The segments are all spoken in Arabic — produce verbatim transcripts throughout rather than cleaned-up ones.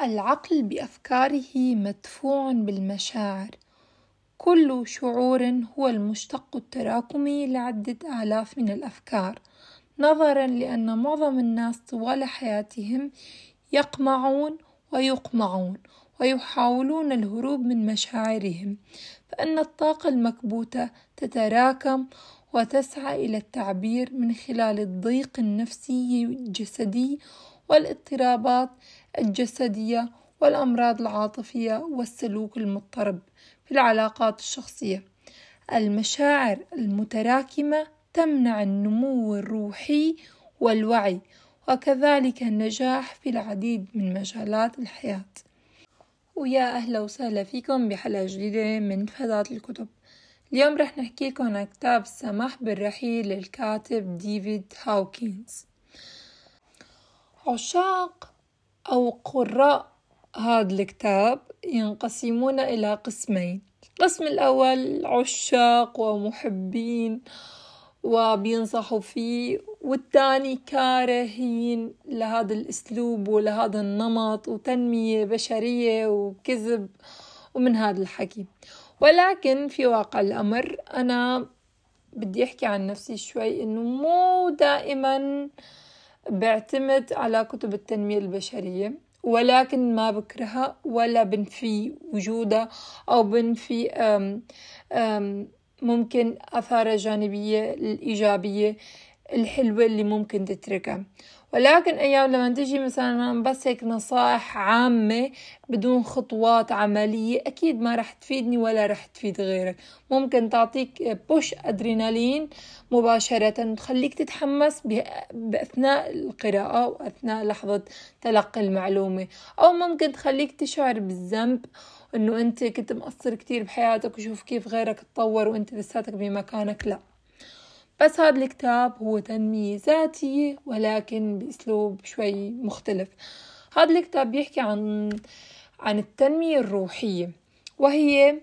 العقل بأفكاره مدفوع بالمشاعر. كل شعور هو المشتق التراكمي لعدة آلاف من الأفكار، نظرا لأن معظم الناس طوال حياتهم يقمعون ويقمعون ويحاولون الهروب من مشاعرهم، فإن الطاقة المكبوتة تتراكم وتسعى إلى التعبير من خلال الضيق النفسي الجسدي والاضطرابات الجسدية والأمراض العاطفية والسلوك المضطرب في العلاقات الشخصية. المشاعر المتراكمة تمنع النمو الروحي والوعي، وكذلك النجاح في العديد من مجالات الحياة. ويا أهلا وسهلا فيكم بحلقة جديدة من فضاء الكتب. اليوم رح نحكي لكم عن كتاب السماح بالرحيل للكاتب ديفيد هاوكنز. عشاق أو قراء هذا الكتاب ينقسمون إلى قسمين. القسم الأول عشاق ومحبين وبينصحوا فيه، والثاني كارهين لهذا الأسلوب ولهذا النمط وتنمية بشرية وكذب ومن هذا الحكي. ولكن في واقع الأمر أنا بدي أحكي عن نفسي شوي، إنه مو دائما بعتمد على كتب التنمية البشرية، ولكن ما بكرهها ولا بنفي وجودها أو بنفي أم أم ممكن أثار جانبية الإيجابية الحلوة اللي ممكن تتركها. ولكن أيام لما تجي مثلا بس هيك نصائح عامة بدون خطوات عملية، أكيد ما رح تفيدني ولا رح تفيد غيرك. ممكن تعطيك بوش أدرينالين مباشرة تخليك تتحمس بأثناء القراءة وأثناء لحظة تلقي المعلومة، أو ممكن تخليك تشعر بالذنب إنه أنت كنت مقصر كتير بحياتك وشوف كيف غيرك تطور وأنت لساتك بمكانك. لا، بس هذا الكتاب هو تنمية ذاتية ولكن بأسلوب شوي مختلف. هذا الكتاب بيحكي عن عن التنمية الروحية، وهي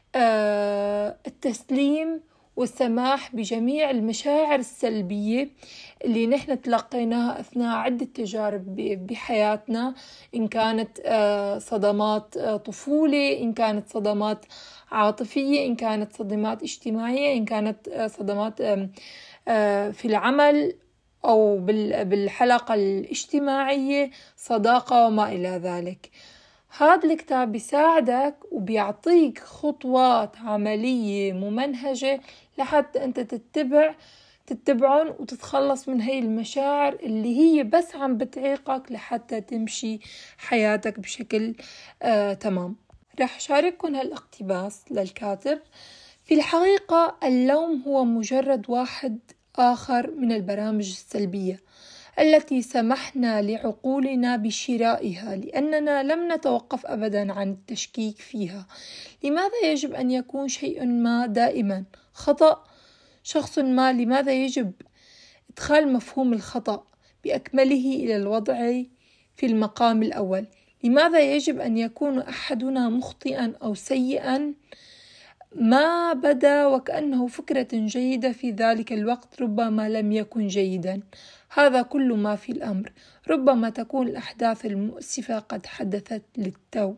آه التسليم والسماح بجميع المشاعر السلبية اللي نحن تلقيناها أثناء عدة تجارب بحياتنا، إن كانت آه صدمات آه طفولة، إن كانت صدمات عاطفية، إن كانت صدمات اجتماعية، إن كانت آه صدمات آه آه في العمل أو بالحلقة الاجتماعية، صداقة وما إلى ذلك. هذا الكتاب بيساعدك وبيعطيك خطوات عملية ممنهجة لحتى أنت تتبع تتبعون وتتخلص من هاي المشاعر اللي هي بس عم بتعيقك لحتى تمشي حياتك بشكل آه تمام. رح شارككم هالاقتباس للكاتب. في الحقيقة اللوم هو مجرد واحد آخر من البرامج السلبية التي سمحنا لعقولنا بشرائها، لأننا لم نتوقف أبدا عن التشكيك فيها. لماذا يجب أن يكون شيء ما دائما خطأ؟ شخص ما لماذا يجب إدخال مفهوم الخطأ بأكمله إلى الوضع في المقام الأول؟ لماذا يجب أن يكون أحدنا مخطئا أو سيئا ما بدا وكأنه فكرة جيدة في ذلك الوقت ربما لم يكن جيدا؟ هذا كل ما في الأمر. ربما تكون الأحداث المؤسفة قد حدثت للتو.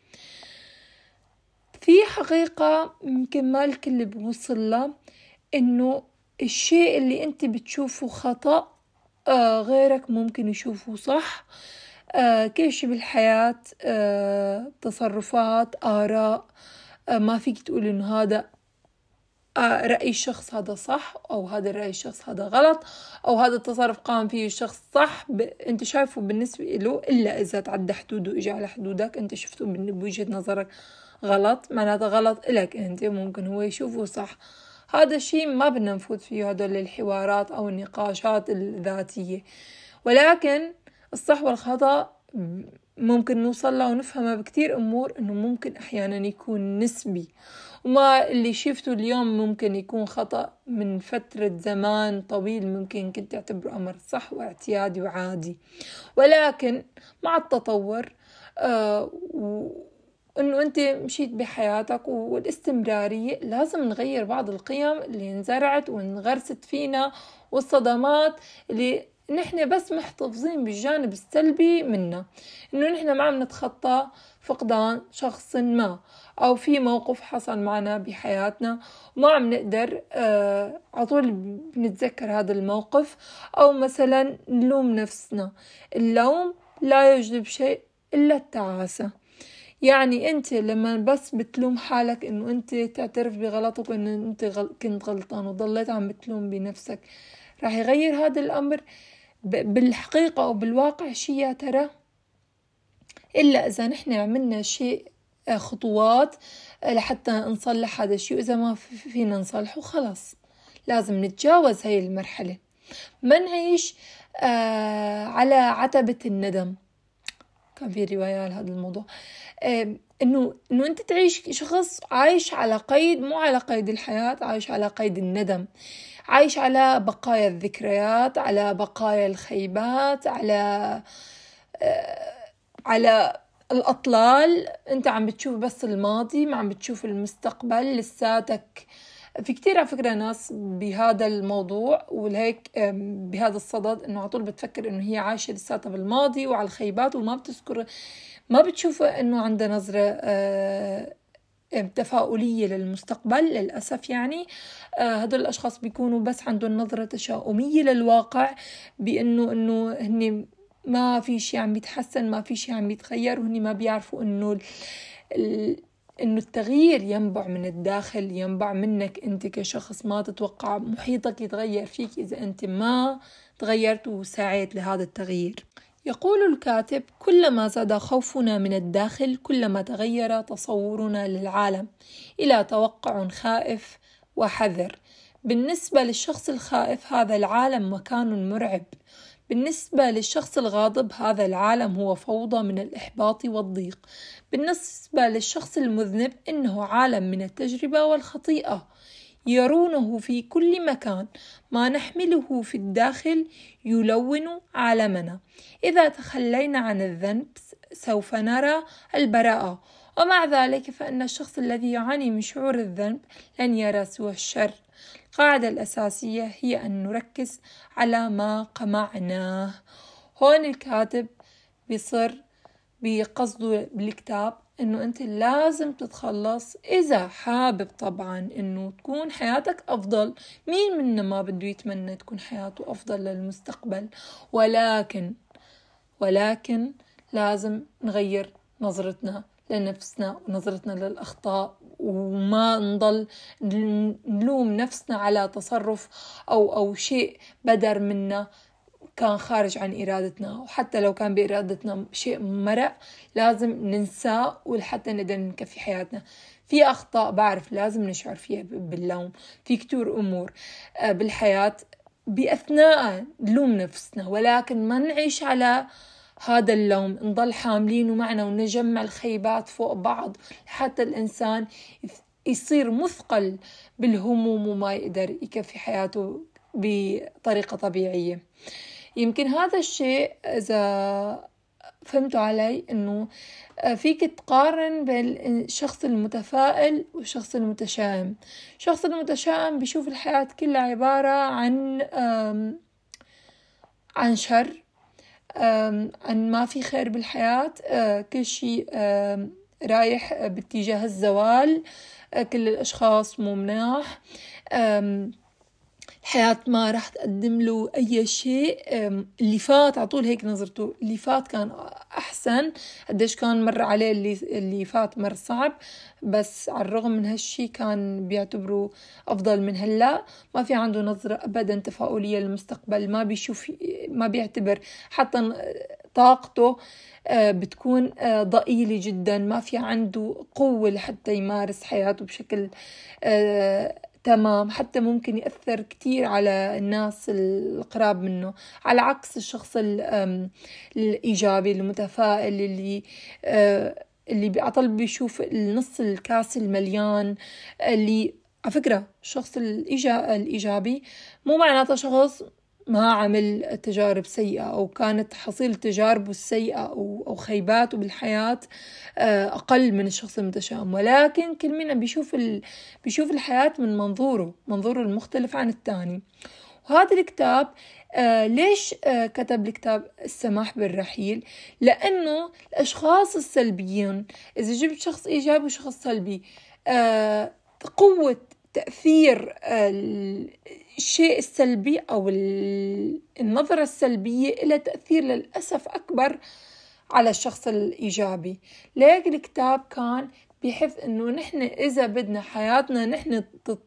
في حقيقة يمكن ما الكل بوصل له إنه الشيء اللي أنت بتشوفه خطأ آه غيرك ممكن يشوفه صح. آه كيش بالحياة آه تصرفات آراء آه ما فيك تقول إنه هذا آه رأي الشخص هذا صح أو هذا رأي الشخص هذا غلط أو هذا التصرف قام فيه الشخص صح ب... أنت شايفه بالنسبة له، إلا إذا تعدى حدوده وإجا على حدودك أنت شفته بوجهة نظرك غلط، معناته غلط إلك أنت، ممكن هو يشوفه صح. هذا الشيء ما بدنا نفوت فيه هدول الحوارات أو النقاشات الذاتية، ولكن الصح والخطأ ممكن نوصل له ونفهمه بكتير أمور، إنه ممكن أحيانا يكون نسبي، وما اللي شفته اليوم ممكن يكون خطأ من فترة زمان طويل ممكن كنت تعتبره أمر صح واعتيادي وعادي. ولكن مع التطور آه و إنه أنت مشيت بحياتك والاستمرارية لازم نغير بعض القيم اللي انزرعت وانغرست فينا والصدمات اللي إن إحنا بس محتفظين بالجانب السلبي منا، إنه نحن ما عم نتخطى فقدان شخص ما، أو في موقف حصل معنا بحياتنا وما عم نقدر آه عطول بنتذكر هذا الموقف، أو مثلا نلوم نفسنا. اللوم لا يجلب شيء إلا التعاسة. يعني أنت لما بس بتلوم حالك إنه أنت تعترف بغلطك وإنه أنت غل... كنت غلطان وضليت عم بتلوم بنفسك، راح يغير هذا الأمر ب... بالحقيقة أو بالواقع شيء يا ترى؟ إلا إذا نحن عملنا شيء خطوات لحتى نصلح هذا الشيء، وإذا ما فينا نصلحه خلاص لازم نتجاوز هاي المرحلة، ما نعيش آه على عتبة الندم. كان في رواية على هذا الموضوع، آه إنه إنه أنت تعيش شخص عايش على قيد، مو على قيد الحياة، عايش على قيد الندم، عايش على بقايا الذكريات، على بقايا الخيبات، على آه على الأطلال. أنت عم بتشوف بس الماضي، ما عم بتشوف المستقبل لساتك. في كتير على فكرة ناس بهذا الموضوع ولهيك بهذا الصدد، إنه عطول بتفكر إنه هي عايشة لساتها بالماضي وعلى الخيبات، وما بتذكر، ما بتشوف إنه عندها نظرة تفاؤلية للمستقبل. للأسف يعني هدول الأشخاص بيكونوا بس عندهم نظرة تشاؤمية للواقع، بأنه إنه هني ما في شيء عم بيتحسن، ما في شيء عم بيتغير، وهني ما بيعرفوا إنه ال... إنه التغيير ينبع من الداخل، ينبع منك أنت كشخص. ما تتوقع محيطك يتغير فيك إذا أنت ما تغيرت وسعيت لهذا التغيير. يقول الكاتب: كلما زاد خوفنا من الداخل كلما تغير تصورنا للعالم إلى توقع خائف وحذر. بالنسبة للشخص الخائف هذا العالم مكان مرعب، بالنسبة للشخص الغاضب هذا العالم هو فوضى من الإحباط والضيق، بالنسبة للشخص المذنب إنه عالم من التجربة والخطيئة. يرونه في كل مكان، ما نحمله في الداخل يلون عالمنا. إذا تخلينا عن الذنب سوف نرى البراءة، ومع ذلك فإن الشخص الذي يعاني من شعور الذنب لن يرى سوى الشر. القاعدة الأساسية هي أن نركز على ما قمعناه. هون الكاتب بيصر بقصده بالكتاب إنه أنت لازم تتخلص، إذا حابب طبعا إنه تكون حياتك أفضل. مين منا ما بده يتمنى تكون حياته أفضل للمستقبل؟ ولكن ولكن لازم نغير نظرتنا لنفسنا ونظرتنا للأخطاء، وما نضل نلوم نفسنا على تصرف أو أو شيء بدر منا كان خارج عن إرادتنا، وحتى لو كان بإرادتنا شيء مرق لازم ننساه ولحتى نقدر نكفي حياتنا. في أخطاء بعرف لازم نشعر فيها باللوم، في كتير أمور بالحياة بأثناء نلوم نفسنا، ولكن ما نعيش على هذا اللوم، نضل حاملينه معنا ونجمع الخيبات فوق بعض حتى الإنسان يصير مثقل بالهموم وما يقدر يكفي حياته بطريقة طبيعية. يمكن هذا الشيء إذا فهمتوا علي إنه فيك تقارن بين الشخص المتفائل والشخص المتشائم. الشخص المتشائم بيشوف الحياة كلها عبارة عن عن شر، عن ما في خير بالحياة، كل شيء رايح باتجاه الزوال، كل الأشخاص مو مناح، الحياة ما راح تقدم له أي شيء. اللي فات عطول هيك نظرته، اللي فات كان أحسن، قديش كان مر عليه اللي, اللي فات مر صعب، بس على الرغم من هالشي كان بيعتبره أفضل من هلأ. ما في عنده نظرة أبدا تفاؤلية للمستقبل، ما بيشوف، ما بيعتبر حتى طاقته بتكون ضئيلة جدا، ما في عنده قوة لحتى يمارس حياته بشكل تمام، حتى ممكن يأثر كتير على الناس القراب منه، على عكس الشخص الإيجابي المتفائل اللي اللي بيعطل بيشوف النص الكاس المليان. اللي على فكرة الشخص الإيجابي مو معناته شخص ما عمل تجارب سيئة أو كانت حصيل تجاربه السيئة أو خيباته بالحياة أقل من الشخص المتشائم، ولكن كل منا بيشوف ال... بيشوف الحياة من منظوره منظوره المختلف عن التاني. وهذا الكتاب آه ليش آه كتب الكتاب السماح بالرحيل؟ لأنه الأشخاص السلبيين، إذا جبت شخص إيجابي وشخص سلبي، آه قوة تأثير آه الشيء السلبي أو النظرة السلبية إلى تأثير للأسف أكبر على الشخص الإيجابي. ليك الكتاب كان بحيث إنه نحن إذا بدنا حياتنا نحن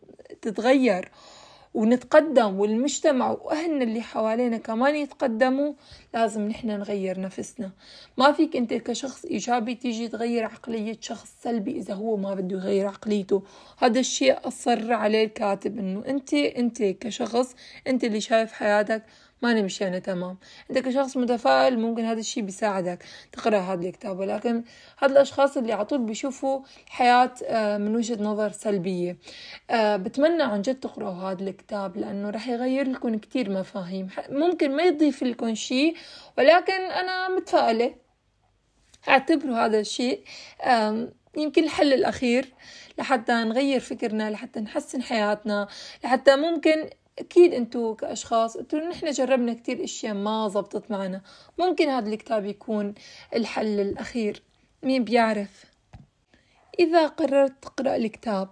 تتغير ونتقدم، والمجتمع وأهلنا اللي حوالينا كمان يتقدموا، لازم نحن نغير نفسنا. ما فيك أنت كشخص إيجابي تيجي تغير عقلية شخص سلبي إذا هو ما بده يغير عقليته. هذا الشيء أصر عليه الكاتب، إنه أنت أنت كشخص أنت اللي شايف حياتك ما نمشي أنا تمام. أنت كشخص متفائل ممكن هذا الشيء بيساعدك تقرأ هذا الكتاب، ولكن هذا الأشخاص اللي عطول بيشوفوا الحياة من وجهة نظر سلبية، بتمنى عن جد تقرأوا هذا الكتاب، لأنه رح يغير لكم كتير مفاهيم. ممكن ما يضيف لكم شيء، ولكن أنا متفائلة اعتبروا هذا الشيء يمكن الحل الأخير لحتى نغير فكرنا، لحتى نحسن حياتنا، لحتى ممكن أكيد أنتوا كأشخاص أنتوا نحن جربنا كتير إشياء ما زبطت معنا، ممكن هذا الكتاب يكون الحل الأخير، مين بيعرف. إذا قررت تقرأ الكتاب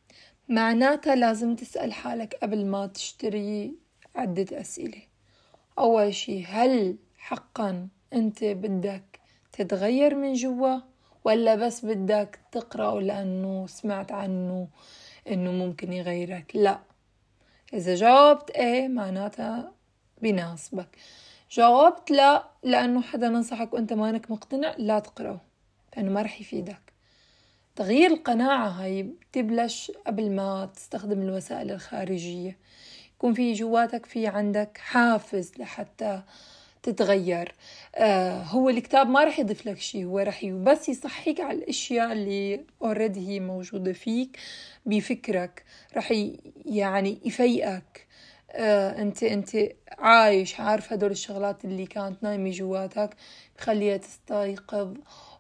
معناتها لازم تسأل حالك قبل ما تشتري عدة أسئلة. أول شيء، هل حقا أنت بدك تتغير من جوا، ولا بس بدك تقرأه لأنه سمعت عنه أنه ممكن يغيرك؟ لا، إذا جاوبت إيه معناتها بيناسبك. جاوبت لا لأنه حدا نصحك وأنت مانك مقتنع، لا تقرأه لأنه ما رح يفيدك. تغيير القناعة هاي بتبلش قبل ما تستخدم الوسائل الخارجية، يكون في جواتك في عندك حافز لحتى تتغير. آه هو الكتاب ما رح يضيف لك شيء، هو رح بس يصحيك على الاشياء اللي already هي موجودة فيك بفكرك، رح يعني يفيقك. آه انت انت عايش عارف هدول الشغلات اللي كانت نايمة جواتك، بخليها تستيقظ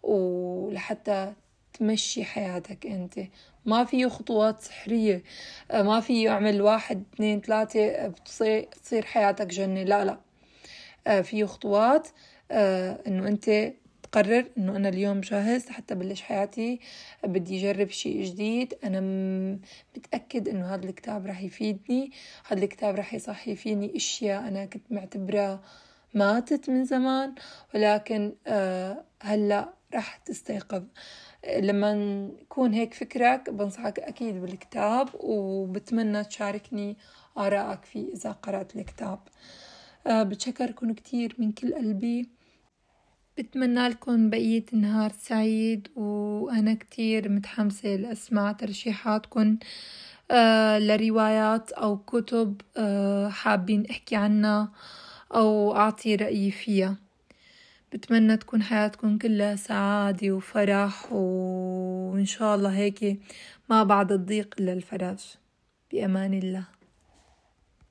ولحتى تمشي حياتك. انت ما فيه خطوات سحرية، آه ما فيه يعمل واحد اثنين ثلاثة بتصير حياتك جنة، لا لا. آه فيه خطوات، آه انه انت تقرر انه انا اليوم جاهز حتى بلش حياتي، بدي اجرب شيء جديد. انا متأكد انه هذا الكتاب راح يفيدني، هذا الكتاب راح يصحي فيني اشياء انا كنت معتبرها ماتت من زمان، ولكن آه هلا راح تستيقظ. لما يكون هيك فكرك بنصحك أكيد بالكتاب، وبتمنى تشاركني آرائك فيه إذا قرأت الكتاب. أه بتشكركم كتير من كل قلبي، بتمنى لكم بقية النهار سعيد، وأنا كتير متحمسة لأسمع ترشيحاتكم أه لروايات أو كتب أه حابين أحكي عنها أو أعطي رأيي فيها. بتمنى تكون حياتكم كلها سعادة وفرح، وإن شاء الله هيك ما بعد الضيق إلا الفرج. بأمان الله.